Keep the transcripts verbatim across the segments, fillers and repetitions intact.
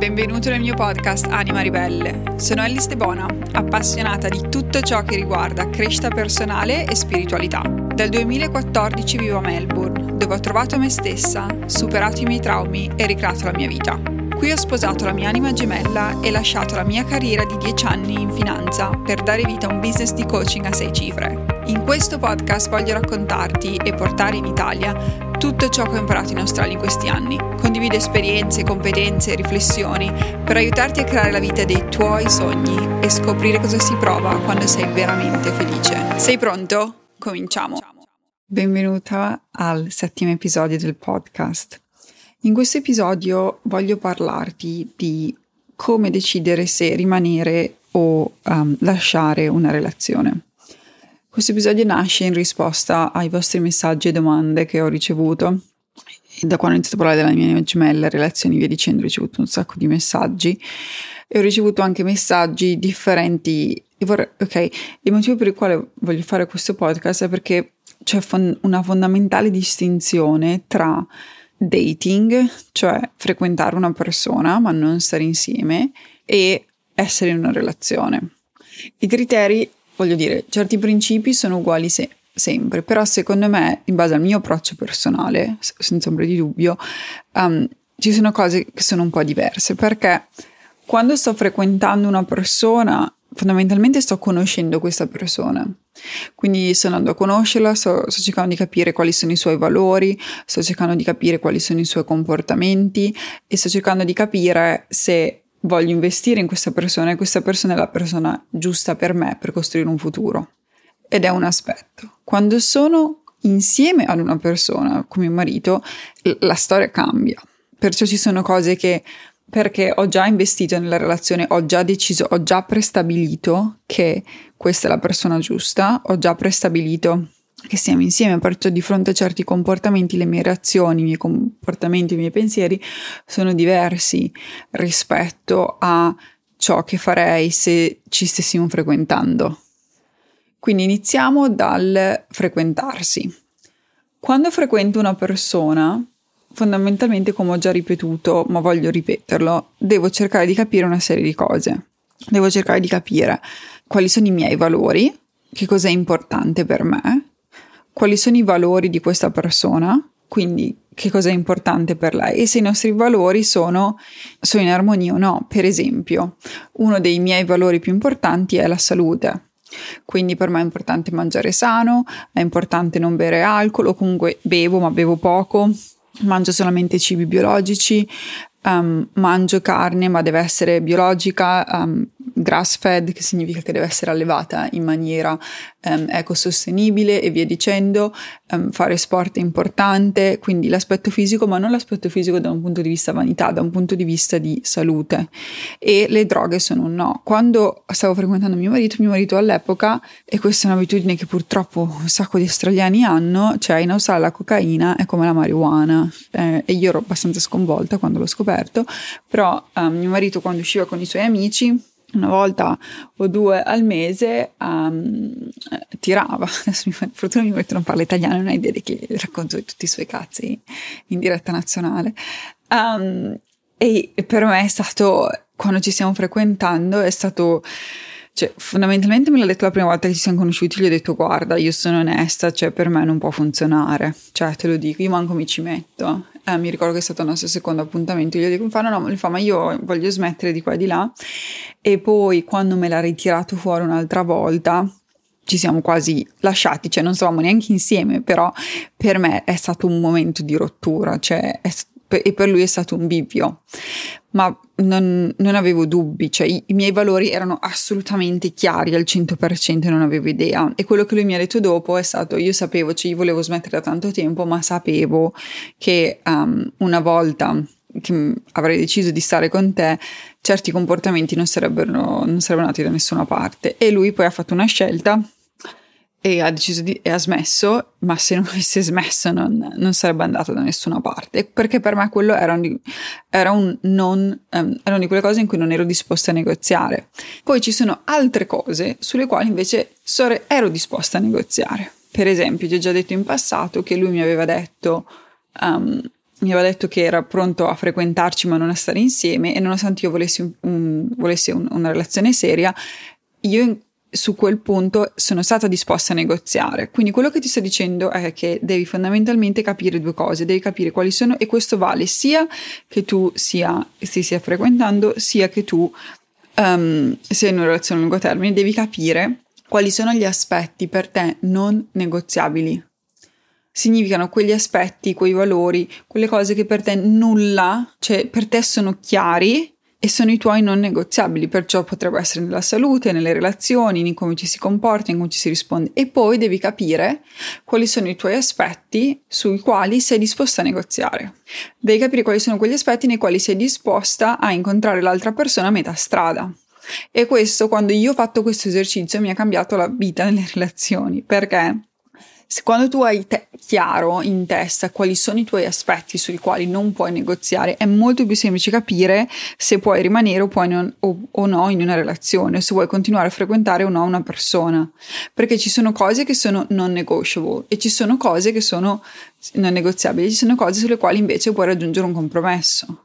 benvenuto nel mio podcast Anima Ribelle. Sono Ellie Stebona, appassionata di tutto ciò che riguarda crescita personale e spiritualità. Dal duemilaquattordici vivo a Melbourne, dove ho trovato me stessa, superato i miei traumi e ricreato la mia vita. Qui ho sposato la mia anima gemella e lasciato la mia carriera di dieci anni in finanza per dare vita a un business di coaching a sei cifre. In questo podcast voglio raccontarti e portare in Italia tutto ciò che ho imparato in Australia in questi anni. Condivido esperienze, competenze e riflessioni per aiutarti a creare la vita dei tuoi sogni e scoprire cosa si prova quando sei veramente felice. Sei pronto? Cominciamo! Benvenuta al settimo episodio del podcast. In questo episodio voglio parlarti di come decidere se rimanere o um, lasciare una relazione. Questo episodio nasce in risposta ai vostri messaggi e domande che ho ricevuto. E da quando ho iniziato a parlare della mia anima gemella, relazioni, via dicendo, ho ricevuto un sacco di messaggi e ho ricevuto anche messaggi differenti. E vorrei, ok, il motivo per il quale voglio fare questo podcast è perché c'è fon- una fondamentale distinzione tra dating, cioè frequentare una persona ma non stare insieme, e essere in una relazione. I criteri, voglio dire, certi principi sono uguali se- sempre, però secondo me, in base al mio approccio personale, senza ombra di dubbio, um, ci sono cose che sono un po' diverse, perché quando sto frequentando una persona, fondamentalmente sto conoscendo questa persona. Quindi sto andando a conoscerla, sto, sto cercando di capire quali sono i suoi valori, sto cercando di capire quali sono i suoi comportamenti e sto cercando di capire se voglio investire in questa persona e questa persona è la persona giusta per me per costruire un futuro. Ed è un aspetto. Quando sono insieme ad una persona, come mio marito, la storia cambia. Perciò ci sono cose che, perché ho già investito nella relazione, ho già deciso, ho già prestabilito che questa è la persona giusta, ho già prestabilito che siamo insieme, perciò di fronte a certi comportamenti le mie reazioni, i miei comportamenti, i miei pensieri sono diversi rispetto a ciò che farei se ci stessimo frequentando. Quindi iniziamo dal frequentarsi. Quando frequento una persona, fondamentalmente, come ho già ripetuto, ma voglio ripeterlo, devo cercare di capire una serie di cose. Devo cercare di capire quali sono i miei valori, che cosa è importante per me, quali sono i valori di questa persona, quindi che cosa è importante per lei e se i nostri valori sono, sono in armonia o no. Per esempio, uno dei miei valori più importanti è la salute. Quindi per me è importante mangiare sano, è importante non bere alcol, o comunque bevo ma bevo poco, mangio solamente cibi biologici, um, mangio carne ma deve essere biologica, um, grass fed, che significa che deve essere allevata in maniera um, ecosostenibile e via dicendo. Um, fare sport è importante, quindi l'aspetto fisico, ma non l'aspetto fisico da un punto di vista vanità, da un punto di vista di salute. E le droghe sono un no. Quando stavo frequentando mio marito, mio marito all'epoca, e questa è un'abitudine che purtroppo un sacco di australiani hanno, cioè in Australia la cocaina è come la marijuana, eh, e io ero abbastanza sconvolta quando l'ho scoperto, però um, mio marito quando usciva con i suoi amici, una volta o due al mese um, tirava. Adesso mi, fortuna mio marito non parla italiano, non ha idea di che racconto di tutti i suoi cazzi in diretta nazionale. Um, e per me è stato, quando ci stiamo frequentando, è stato, cioè fondamentalmente me l'ha detto la prima volta che ci siamo conosciuti, gli ho detto guarda, io sono onesta, cioè per me non può funzionare, cioè te lo dico, io manco mi ci metto. Eh, mi ricordo che è stato il nostro secondo appuntamento, io gli dico, mi fa no, no, mi fa, ma io voglio smettere di qua e di là. E poi quando me l'ha ritirato fuori un'altra volta ci siamo quasi lasciati, cioè non stavamo neanche insieme, però per me è stato un momento di rottura, cioè è, e per lui è stato un bivio, ma non, non avevo dubbi, cioè i, i miei valori erano assolutamente chiari al cento per cento e non avevo idea. E quello che lui mi ha detto dopo è stato, io sapevo, cioè io volevo smettere da tanto tempo, ma sapevo che um, una volta che avrei deciso di stare con te, certi comportamenti non sarebbero, non sarebbero nati da nessuna parte. E lui poi ha fatto una scelta e ha deciso di, e ha smesso, ma se non avesse smesso non, non sarebbe andato da nessuna parte, perché per me quello era un, era un non um, era una di quelle cose in cui non ero disposta a negoziare. Poi ci sono altre cose sulle quali invece sore, ero disposta a negoziare. Per esempio, ti ho già detto in passato che lui mi aveva detto um, mi aveva detto che era pronto a frequentarci ma non a stare insieme, e nonostante io volessi, un, un, volessi un, una relazione seria, io su quel punto sono stata disposta a negoziare. Quindi quello che ti sto dicendo è che devi fondamentalmente capire due cose, devi capire quali sono, e questo vale sia che tu sia si stia frequentando, sia che tu um, sia in una relazione a lungo termine. Devi capire quali sono gli aspetti per te non negoziabili. Significano quegli aspetti, quei valori, quelle cose che per te nulla, cioè per te sono chiari e sono i tuoi non negoziabili, perciò potrebbe essere nella salute, nelle relazioni, in come ci si comporta, in come ci si risponde. E poi devi capire quali sono i tuoi aspetti sui quali sei disposta a negoziare. Devi capire quali sono quegli aspetti nei quali sei disposta a incontrare l'altra persona a metà strada. E questo, quando io ho fatto questo esercizio, mi ha cambiato la vita nelle relazioni, perché quando tu hai te- chiaro in testa quali sono i tuoi aspetti sui quali non puoi negoziare, è molto più semplice capire se puoi rimanere o, puoi non, o, o no in una relazione, se vuoi continuare a frequentare o no una persona, perché ci sono cose che sono non negotiable e ci sono cose che sono non negoziabili, ci sono cose sulle quali invece puoi raggiungere un compromesso.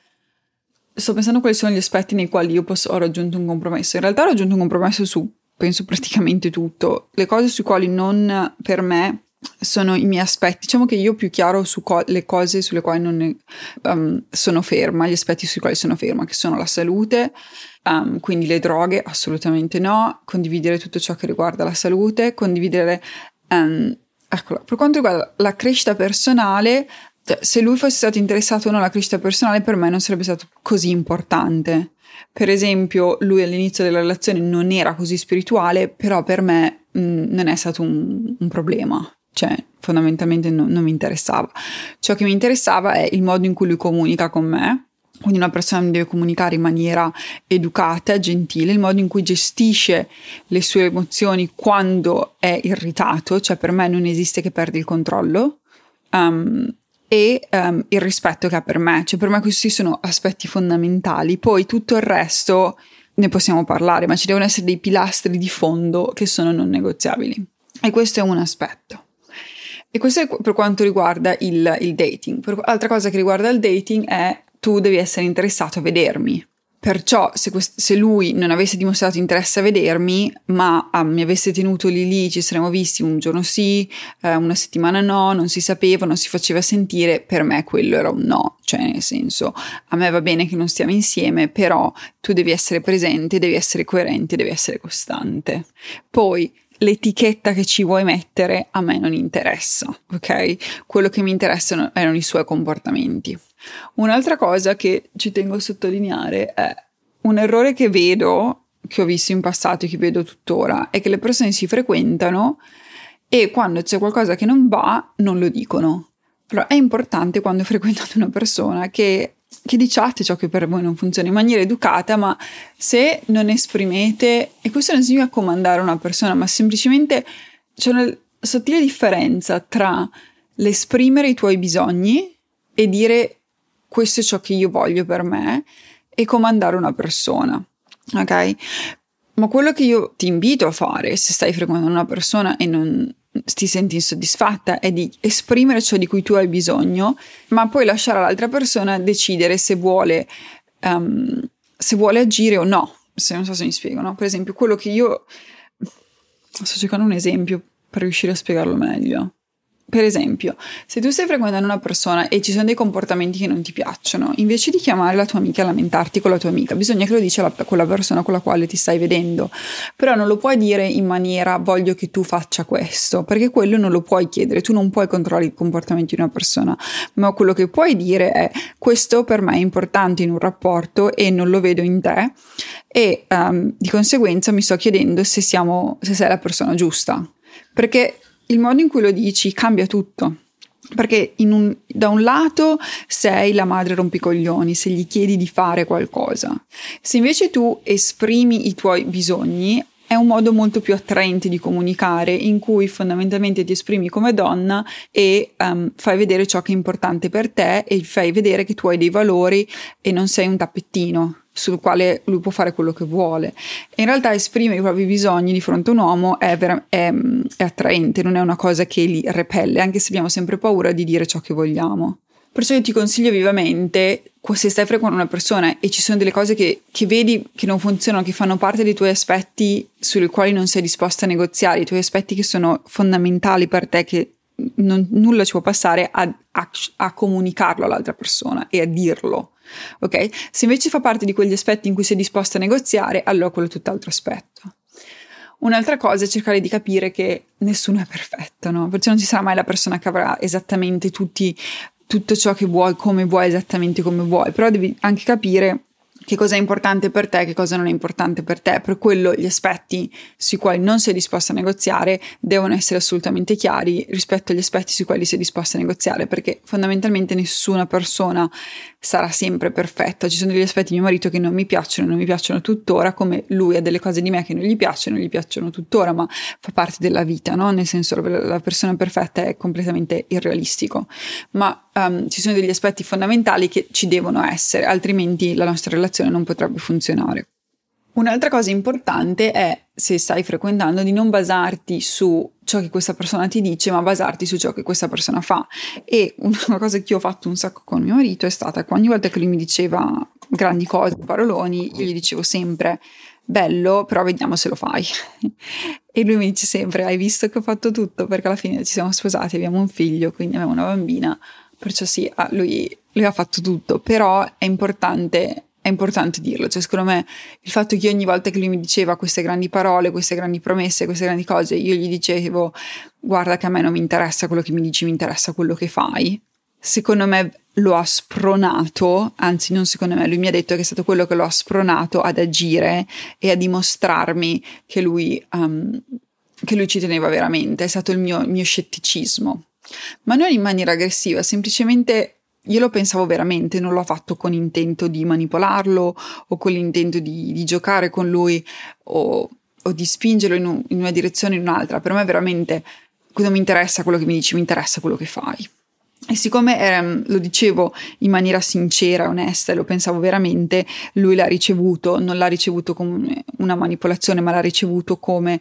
Sto pensando quali sono gli aspetti nei quali io posso, ho raggiunto un compromesso. In realtà ho raggiunto un compromesso su penso praticamente tutto. Le cose sui quali non, per me, sono i miei aspetti. Diciamo che io ho più chiaro su co- le cose sulle quali non ne, um, sono ferma, gli aspetti sui quali sono ferma, che sono la salute, um, quindi le droghe, assolutamente no, condividere tutto ciò che riguarda la salute, condividere, um, eccola, per quanto riguarda la crescita personale, cioè, se lui fosse stato interessato o no alla crescita personale, per me non sarebbe stato così importante. Per esempio, lui all'inizio della relazione non era così spirituale, però per me mh, non è stato un, un problema, cioè fondamentalmente no, non mi interessava. Ciò che mi interessava è il modo in cui lui comunica con me, quindi una persona deve comunicare in maniera educata, gentile, il modo in cui gestisce le sue emozioni quando è irritato, cioè per me non esiste che perdi il controllo, um, e um, il rispetto che ha per me, cioè per me questi sono aspetti fondamentali. Poi tutto il resto ne possiamo parlare, ma ci devono essere dei pilastri di fondo che sono non negoziabili, e questo è un aspetto. E questo è per quanto riguarda il, il dating. Per, altra cosa che riguarda il dating è tu devi essere interessato a vedermi. Perciò se, quest- se lui non avesse dimostrato interesse a vedermi, ma ah, mi avesse tenuto lì lì, ci saremmo visti un giorno sì, eh, una settimana no, non si sapeva, non si faceva sentire, per me quello era un no. Cioè nel senso, a me va bene che non stiamo insieme, però tu devi essere presente, devi essere coerente, devi essere costante. Poi l'etichetta che ci vuoi mettere a me non interessa, ok? Quello che mi interessano erano i suoi comportamenti. Un'altra cosa che ci tengo a sottolineare è un errore che vedo, che ho visto in passato e che vedo tuttora, è che le persone si frequentano e quando c'è qualcosa che non va non lo dicono. Allora è importante, quando frequentate una persona, che, che diciate ciò che per voi non funziona in maniera educata, ma se non esprimete, e questo non significa comandare una persona, ma semplicemente c'è una sottile differenza tra l'esprimere i tuoi bisogni e dire questo è ciò che io voglio per me, e comandare una persona, ok? Ma quello che io ti invito a fare, se stai frequentando una persona e non ti senti insoddisfatta, è di esprimere ciò di cui tu hai bisogno, ma poi lasciare all'altra persona decidere se vuole, um, se vuole agire o no. Se non so se mi spiego, no? Per esempio, quello che io sto cercando un esempio per riuscire a spiegarlo meglio. Per esempio, se tu stai frequentando una persona e ci sono dei comportamenti che non ti piacciono, invece di chiamare la tua amica e lamentarti con la tua amica, bisogna che lo dici alla, quella persona con la quale ti stai vedendo. Però non lo puoi dire in maniera voglio che tu faccia questo, perché quello non lo puoi chiedere, tu non puoi controllare i comportamenti di una persona, ma quello che puoi dire è questo per me è importante in un rapporto e non lo vedo in te, e um, di conseguenza mi sto chiedendo se siamo, se sei la persona giusta, perché il modo in cui lo dici cambia tutto, perché in un, da un lato sei la madre rompicoglioni se gli chiedi di fare qualcosa, se invece tu esprimi i tuoi bisogni è un modo molto più attraente di comunicare, in cui fondamentalmente ti esprimi come donna e um, fai vedere ciò che è importante per te e fai vedere che tu hai dei valori e non sei un tappettino sul quale lui può fare quello che vuole. E in realtà esprimere i propri bisogni di fronte a un uomo è, vera- è, è attraente, non è una cosa che li repelle, anche se abbiamo sempre paura di dire ciò che vogliamo. Perciò io ti consiglio vivamente, se stai frequentando una persona e ci sono delle cose che, che vedi che non funzionano, che fanno parte dei tuoi aspetti sui quali non sei disposta a negoziare, i tuoi aspetti che sono fondamentali per te, che non, nulla ci può passare, a, a, a comunicarlo all'altra persona e a dirlo, ok? Se invece fa parte di quegli aspetti in cui sei disposta a negoziare, allora quello è tutt'altro aspetto. Un'altra cosa è cercare di capire che nessuno è perfetto, no? Perché non ci sarà mai la persona che avrà esattamente tutti, tutto ciò che vuoi, come vuoi, esattamente come vuoi, però devi anche capire che cosa è importante per te, che cosa non è importante per te. Per quello gli aspetti sui quali non sei disposta a negoziare devono essere assolutamente chiari rispetto agli aspetti sui quali sei disposta a negoziare, perché fondamentalmente nessuna persona sarà sempre perfetta. Ci sono degli aspetti di mio marito che non mi piacciono, non mi piacciono tuttora, come lui ha delle cose di me che non gli piacciono, non gli piacciono tuttora, ma fa parte della vita, no? Nel senso, la persona perfetta è completamente irrealistico, ma um, ci sono degli aspetti fondamentali che ci devono essere, altrimenti la nostra relazione non potrebbe funzionare. Un'altra cosa importante è, se stai frequentando, di non basarti su ciò che questa persona ti dice, ma basarti su ciò che questa persona fa. E una cosa che io ho fatto un sacco con mio marito è stata che ogni volta che lui mi diceva grandi cose, paroloni, io gli dicevo sempre: bello, però vediamo se lo fai. E lui mi dice sempre: hai visto che ho fatto tutto? Perché alla fine ci siamo sposati, abbiamo un figlio, quindi abbiamo una bambina, perciò sì, lui, lui ha fatto tutto, però è importante È importante dirlo, cioè secondo me il fatto che ogni volta che lui mi diceva queste grandi parole, queste grandi promesse, queste grandi cose, io gli dicevo: guarda che a me non mi interessa quello che mi dici, mi interessa quello che fai, secondo me lo ha spronato, anzi non secondo me, lui mi ha detto che è stato quello che lo ha spronato ad agire e a dimostrarmi che lui, um, che lui ci teneva veramente. È stato il mio, il mio scetticismo, ma non in maniera aggressiva, semplicemente io lo pensavo veramente, non l'ho fatto con intento di manipolarlo o con l'intento di, di giocare con lui o, o di spingerlo in, un, in una direzione o in un'altra. Per me veramente non mi interessa quello che mi dici, mi interessa quello che fai. E siccome ehm, lo dicevo in maniera sincera, onesta, e lo pensavo veramente, lui l'ha ricevuto, non l'ha ricevuto come una manipolazione, ma l'ha ricevuto come,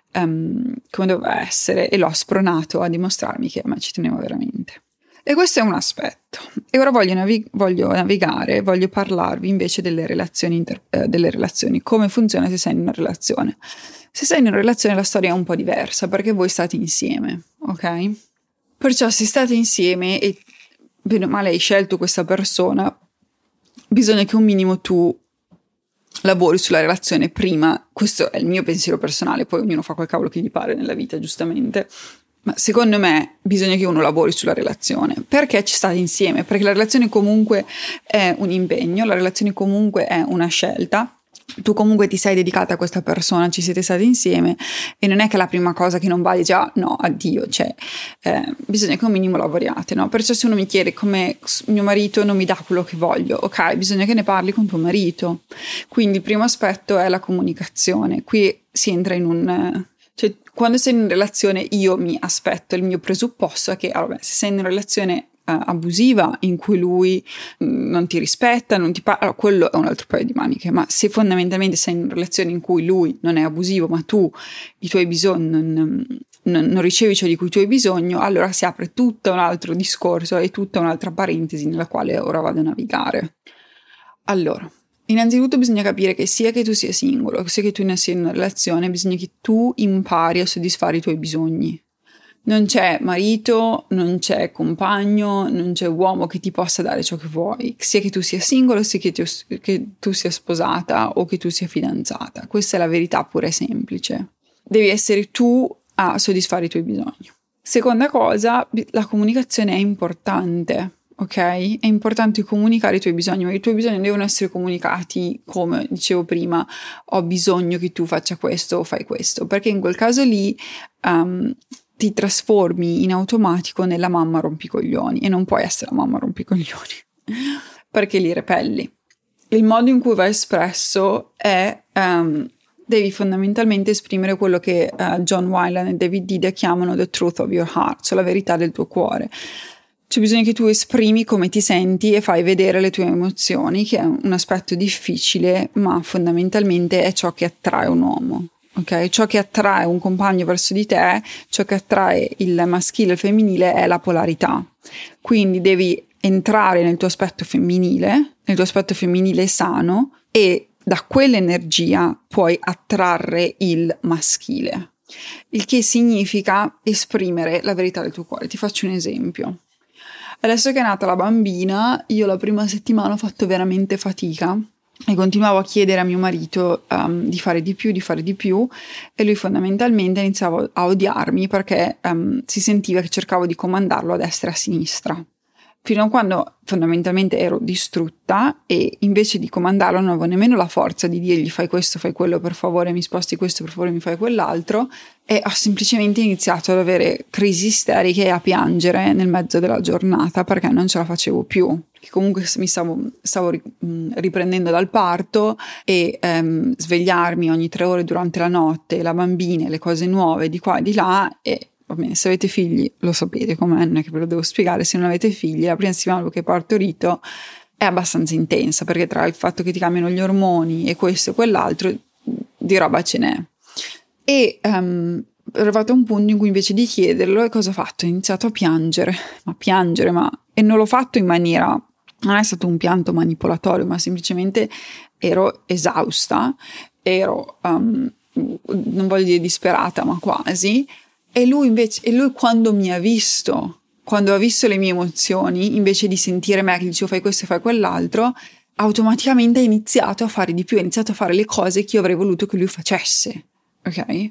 um, come doveva essere, e l'ho spronato a dimostrarmi che a me ci teneva veramente. E questo è un aspetto. E ora voglio, navig- voglio navigare, voglio parlarvi invece delle relazioni, inter- eh, delle relazioni, come funziona se sei in una relazione. Se sei in una relazione la storia è un po' diversa, perché voi state insieme, ok? Perciò se state insieme e bene o male hai scelto questa persona, bisogna che un minimo tu lavori sulla relazione prima. Questo è il mio pensiero personale, poi ognuno fa quel cavolo che gli pare nella vita, giustamente. Ma secondo me bisogna che uno lavori sulla relazione. Perché ci state insieme? Perché la relazione comunque è un impegno, la relazione comunque è una scelta. Tu comunque ti sei dedicata a questa persona, ci siete stati insieme e non è che la prima cosa che non va è già no, addio, cioè eh, bisogna che un minimo lavoriate, no? Perciò se uno mi chiede come mio marito non mi dà quello che voglio, ok, bisogna che ne parli con tuo marito. Quindi il primo aspetto è la comunicazione. Qui si entra in un... Cioè, quando sei in una relazione io mi aspetto, il mio presupposto è che allora, se sei in una relazione uh, abusiva in cui lui mh, non ti rispetta, non ti parla, allora, quello è un altro paio di maniche. Ma se fondamentalmente sei in una relazione in cui lui non è abusivo ma tu i tuoi bisogni non, non, non ricevi ciò di cui tu hai bisogno, allora si apre tutto un altro discorso e tutta un'altra parentesi nella quale ora vado a navigare. Allora, innanzitutto bisogna capire che sia che tu sia singolo, sia che tu ne sia in una relazione, bisogna che tu impari a soddisfare i tuoi bisogni. Non c'è marito, non c'è compagno, non c'è uomo che ti possa dare ciò che vuoi, sia che tu sia singolo, sia che tu, che tu sia sposata o che tu sia fidanzata. Questa è la verità pura e semplice. Devi essere tu a soddisfare i tuoi bisogni. Seconda cosa, la comunicazione è importante. Ok? È importante comunicare i tuoi bisogni, ma i tuoi bisogni devono essere comunicati come dicevo prima: ho bisogno che tu faccia questo o fai questo, perché in quel caso lì um, ti trasformi in automatico nella mamma rompicoglioni e non puoi essere la mamma rompicoglioni perché li repelli. Il modo in cui va espresso è um, devi fondamentalmente esprimere quello che uh, John Wineland e David Dider chiamano the truth of your heart, cioè la verità del tuo cuore. C'è bisogno che tu esprimi come ti senti e fai vedere le tue emozioni, che è un aspetto difficile, ma fondamentalmente è ciò che attrae un uomo, ok? Ciò che attrae un compagno verso di te, ciò che attrae il maschile e il femminile è la polarità. Quindi devi entrare nel tuo aspetto femminile, nel tuo aspetto femminile sano, e da quell'energia puoi attrarre il maschile, il che significa esprimere la verità del tuo cuore. Ti faccio un esempio. Adesso che è nata la bambina, io la prima settimana ho fatto veramente fatica e continuavo a chiedere a mio marito um, di fare di più, di fare di più, e lui fondamentalmente iniziava a odiarmi perché um, si sentiva che cercavo di comandarlo a destra e a sinistra. Fino a quando fondamentalmente ero distrutta e invece di comandarlo non avevo nemmeno la forza di dirgli fai questo, fai quello, per favore mi sposti questo, per favore mi fai quell'altro, e ho semplicemente iniziato ad avere crisi isteriche e a piangere nel mezzo della giornata perché non ce la facevo più. Che comunque mi stavo, stavo riprendendo dal parto e ehm, svegliarmi ogni tre ore durante la notte, la bambina, le cose nuove di qua e di là, e va bene, se avete figli lo sapete com'è, non è che ve lo devo spiegare. Se non avete figli, la prima settimana che hai partorito è abbastanza intensa, perché tra il fatto che ti cambiano gli ormoni e questo e quell'altro di roba ce n'è. E um, ero arrivato a un punto in cui invece di chiederlo, e cosa ho fatto? Ho iniziato a piangere, ma piangere, ma e non l'ho fatto in maniera, non è stato un pianto manipolatorio, ma semplicemente ero esausta, ero um, non voglio dire disperata, ma quasi. E lui invece, e lui quando mi ha visto, quando ha visto le mie emozioni, invece di sentire me che dicevo fai questo e fai quell'altro, automaticamente ha iniziato a fare di più, ha iniziato a fare le cose che io avrei voluto che lui facesse, ok?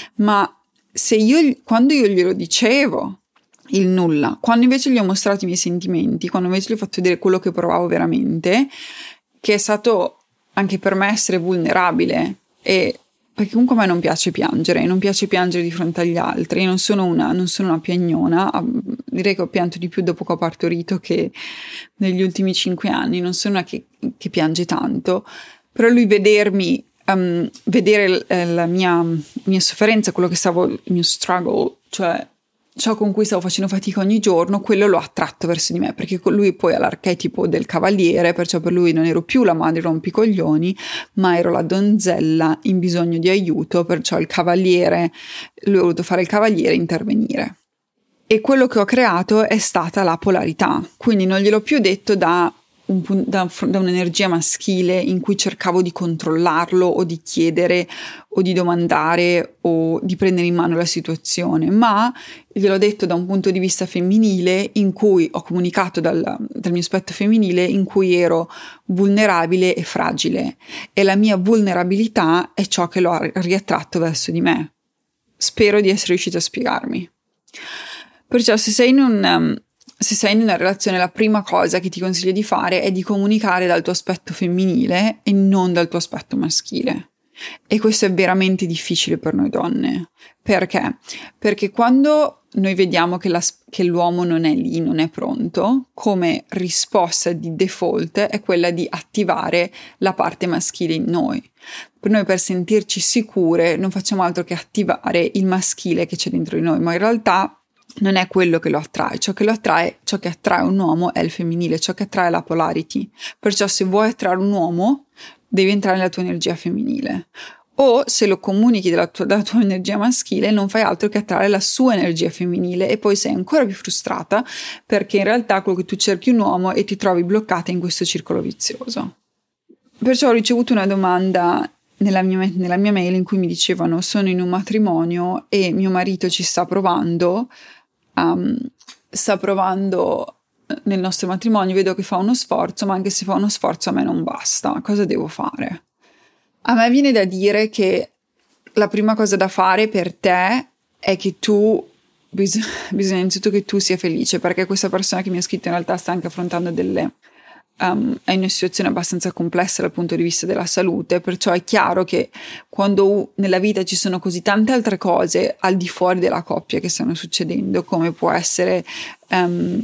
Ma se io, quando io glielo dicevo, il nulla, quando invece gli ho mostrato i miei sentimenti, quando invece gli ho fatto vedere quello che provavo veramente, che è stato anche per me essere vulnerabile, e perché comunque a me non piace piangere, non piace piangere di fronte agli altri, non sono una, non sono una piagnona, direi che ho pianto di più dopo che ho partorito che negli ultimi cinque anni, non sono una che, che piange tanto, però lui vedermi, um, vedere la mia, mia sofferenza, quello che stavo, il mio struggle, cioè ciò con cui stavo facendo fatica ogni giorno, quello l'ho attratto verso di me, perché lui poi ha l'archetipo del cavaliere, perciò per lui non ero più la madre rompicoglioni, ma ero la donzella in bisogno di aiuto, perciò il cavaliere, lui ha voluto fare il cavaliere e intervenire. E quello che ho creato è stata la polarità, quindi non gliel'ho più detto da Un, da, da un'energia maschile in cui cercavo di controllarlo o di chiedere o di domandare o di prendere in mano la situazione, ma gliel'ho detto da un punto di vista femminile, in cui ho comunicato dal, dal mio aspetto femminile, in cui ero vulnerabile e fragile, e la mia vulnerabilità è ciò che l'ho riattratto verso di me. Spero di essere riuscita a spiegarmi. Perciò se sei in un um, Se sei in una relazione, la prima cosa che ti consiglio di fare è di comunicare dal tuo aspetto femminile e non dal tuo aspetto maschile. E questo è veramente difficile per noi donne. Perché? Perché quando noi vediamo che, la, che l'uomo non è lì, non è pronto, come risposta di default è quella di attivare la parte maschile in noi. Per noi, per sentirci sicure, non facciamo altro che attivare il maschile che c'è dentro di noi, ma in realtà non è quello che lo attrae. Ciò che lo attrae, ciò che attrae un uomo è il femminile, ciò che attrae la polarity. Perciò se vuoi attrarre un uomo, devi entrare nella tua energia femminile. O se lo comunichi dalla tua, dalla tua energia maschile, non fai altro che attrarre la sua energia femminile, e poi sei ancora più frustrata perché in realtà quello che tu cerchi un uomo e ti trovi bloccata in questo circolo vizioso. Perciò ho ricevuto una domanda Nella mia, nella mia mail in cui mi dicevano: sono in un matrimonio e mio marito ci sta provando, um, sta provando nel nostro matrimonio, vedo che fa uno sforzo, ma anche se fa uno sforzo a me non basta, cosa devo fare? A me viene da dire che la prima cosa da fare per te è che tu, bis- bisogna innanzitutto che tu sia felice, perché questa persona che mi ha scritto in realtà sta anche affrontando delle Um, è in una situazione abbastanza complessa dal punto di vista della salute, perciò è chiaro che quando nella vita ci sono così tante altre cose al di fuori della coppia che stanno succedendo, come può essere um,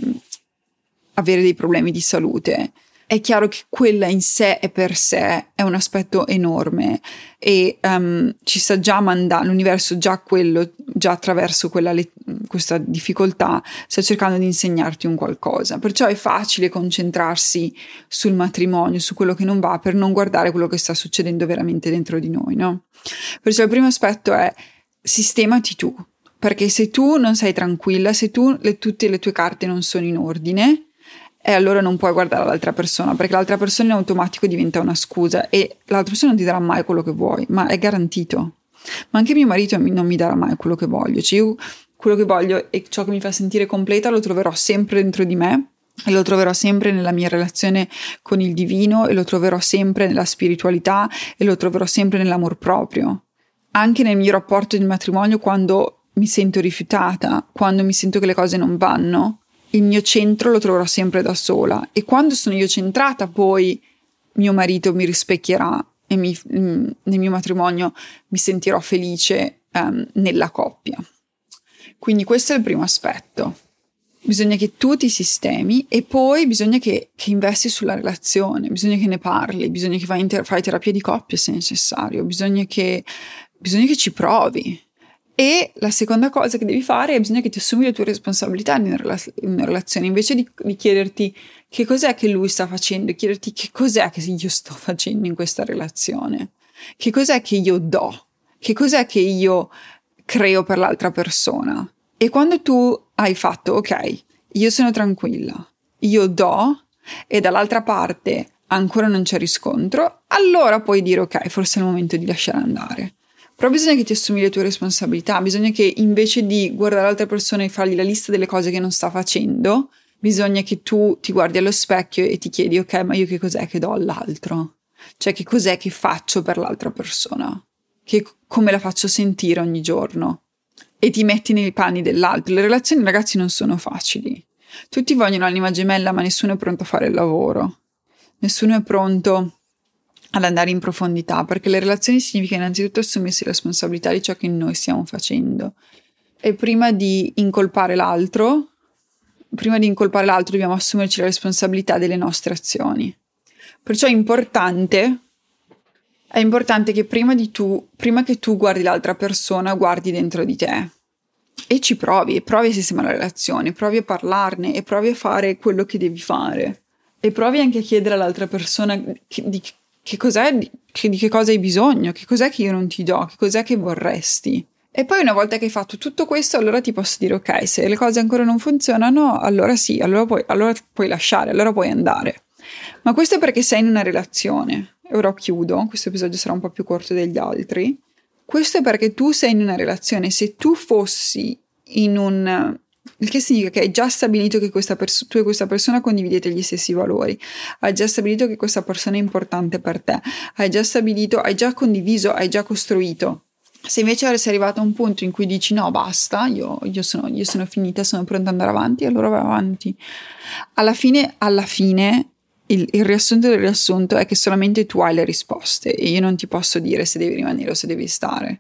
avere dei problemi di salute, è chiaro che quella in sé e per sé è un aspetto enorme, e um, ci sta già mandando l'universo, già quello, già attraverso quella le- questa difficoltà sta cercando di insegnarti un qualcosa. Perciò è facile concentrarsi sul matrimonio, su quello che non va, per non guardare quello che sta succedendo veramente dentro di noi, no? Perciò il primo aspetto è: sistemati tu, perché se tu non sei tranquilla, se tu le, tutte le tue carte non sono in ordine, e allora non puoi guardare l'altra persona, perché l'altra persona in automatico diventa una scusa e l'altra persona non ti darà mai quello che vuoi, ma è garantito. Ma anche mio marito non mi darà mai quello che voglio, cioè io quello che voglio e ciò che mi fa sentire completa lo troverò sempre dentro di me e lo troverò sempre nella mia relazione con il divino e lo troverò sempre nella spiritualità e lo troverò sempre nell'amor proprio. Anche nel mio rapporto di matrimonio, quando mi sento rifiutata, quando mi sento che le cose non vanno, il mio centro lo troverò sempre da sola e quando sono io centrata poi mio marito mi rispecchierà e mi, nel mio matrimonio mi sentirò felice um, nella coppia. Quindi questo è il primo aspetto. Bisogna che tu ti sistemi e poi bisogna che, che investi sulla relazione, bisogna che ne parli, bisogna che fai, inter- fai terapia di coppia se necessario, bisogna che, bisogna che ci provi. E la seconda cosa che devi fare è bisogna che ti assumi le tue responsabilità in, rela- in una relazione, invece di, di chiederti che cos'è che lui sta facendo, chiederti che cos'è che io sto facendo in questa relazione, che cos'è che io do, che cos'è che io creo per l'altra persona. E quando tu hai fatto, ok, io sono tranquilla, io do e dall'altra parte ancora non c'è riscontro, allora puoi dire ok, forse è il momento di lasciare andare. Però bisogna che ti assumi le tue responsabilità, bisogna che invece di guardare l'altra persona e fargli la lista delle cose che non sta facendo, bisogna che tu ti guardi allo specchio e ti chiedi ok, ma io che cos'è che do all'altro? Cioè che cos'è che faccio per l'altra persona? Che, come la faccio sentire ogni giorno? E ti metti nei panni dell'altro. Le relazioni, ragazzi, non sono facili. Tutti vogliono l'anima gemella, ma nessuno è pronto a fare il lavoro. Nessuno è pronto ad andare in profondità, perché le relazioni significa innanzitutto assumersi la responsabilità di ciò che noi stiamo facendo. E prima di incolpare l'altro, prima di incolpare l'altro dobbiamo assumerci la responsabilità delle nostre azioni. Perciò è importante È importante che prima di tu, prima che tu guardi l'altra persona, guardi dentro di te e ci provi, e provi a sistemare la relazione, provi a parlarne e provi a fare quello che devi fare e provi anche a chiedere all'altra persona che, di che cos'è, di che, di che cosa hai bisogno, che cos'è che io non ti do, che cos'è che vorresti. E poi una volta che hai fatto tutto questo, allora ti posso dire ok, se le cose ancora non funzionano, allora sì, allora puoi, allora puoi lasciare, allora puoi andare. Ma questo è perché sei in una relazione. Ora chiudo, questo episodio sarà un po' più corto degli altri. Questo è perché tu sei in una relazione. Se tu fossi in un... il che significa che hai già stabilito che questa pers- tu e questa persona condividete gli stessi valori, hai già stabilito che questa persona è importante per te, hai già stabilito, hai già condiviso, hai già costruito. Se invece sei arrivato a un punto in cui dici no, basta, io, io, sono, io sono finita, sono pronta ad andare avanti, allora vai avanti. Alla fine, alla fine... Il, il riassunto del riassunto è che solamente tu hai le risposte e io non ti posso dire se devi rimanere o se devi stare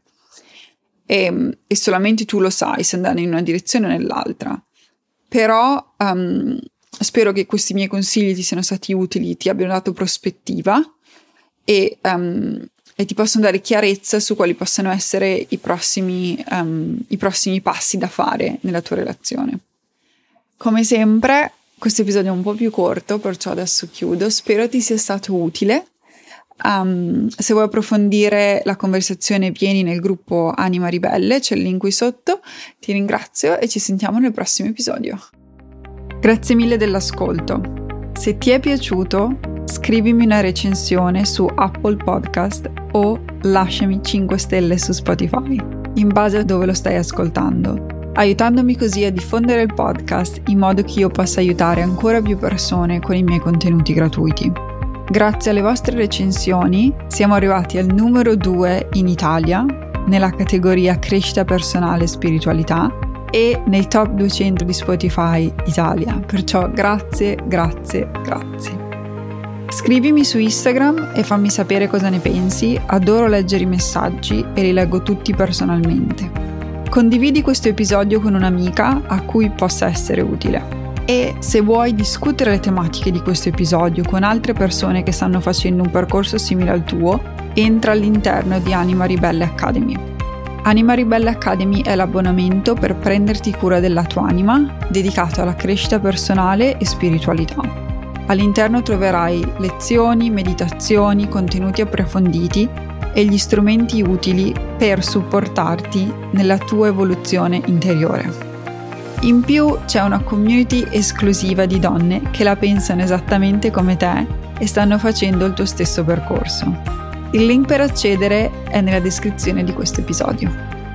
e, e solamente tu lo sai se andare in una direzione o nell'altra. Però um, spero che questi miei consigli ti siano stati utili, ti abbiano dato prospettiva e, um, e ti possano dare chiarezza su quali possano essere i prossimi, um, i prossimi passi da fare nella tua relazione. Come sempre, questo episodio è un po' più corto, perciò adesso chiudo. Spero ti sia stato utile. Um, se vuoi approfondire la conversazione, vieni nel gruppo Anima Ribelle, c'è il link qui sotto. Ti ringrazio e ci sentiamo nel prossimo episodio. Grazie mille dell'ascolto. Se ti è piaciuto, scrivimi una recensione su Apple Podcast o lasciami cinque stelle su Spotify, in base a dove lo stai ascoltando, aiutandomi così a diffondere il podcast in modo che io possa aiutare ancora più persone con i miei contenuti gratuiti. Grazie alle vostre recensioni siamo arrivati al numero due in Italia nella categoria crescita personale e spiritualità e nei top duecento di Spotify Italia, perciò grazie, grazie, grazie. Scrivimi su Instagram e fammi sapere cosa ne pensi, adoro leggere i messaggi e li leggo tutti personalmente. Condividi questo episodio con un'amica a cui possa essere utile. E se vuoi discutere le tematiche di questo episodio con altre persone che stanno facendo un percorso simile al tuo, entra all'interno di Anima Ribelle Academy. Anima Ribelle Academy è l'abbonamento per prenderti cura della tua anima, dedicato alla crescita personale e spiritualità. All'interno troverai lezioni, meditazioni, contenuti approfonditi e gli strumenti utili per supportarti nella tua evoluzione interiore. In più c'è una community esclusiva di donne che la pensano esattamente come te e stanno facendo il tuo stesso percorso. Il link per accedere è nella descrizione di questo episodio.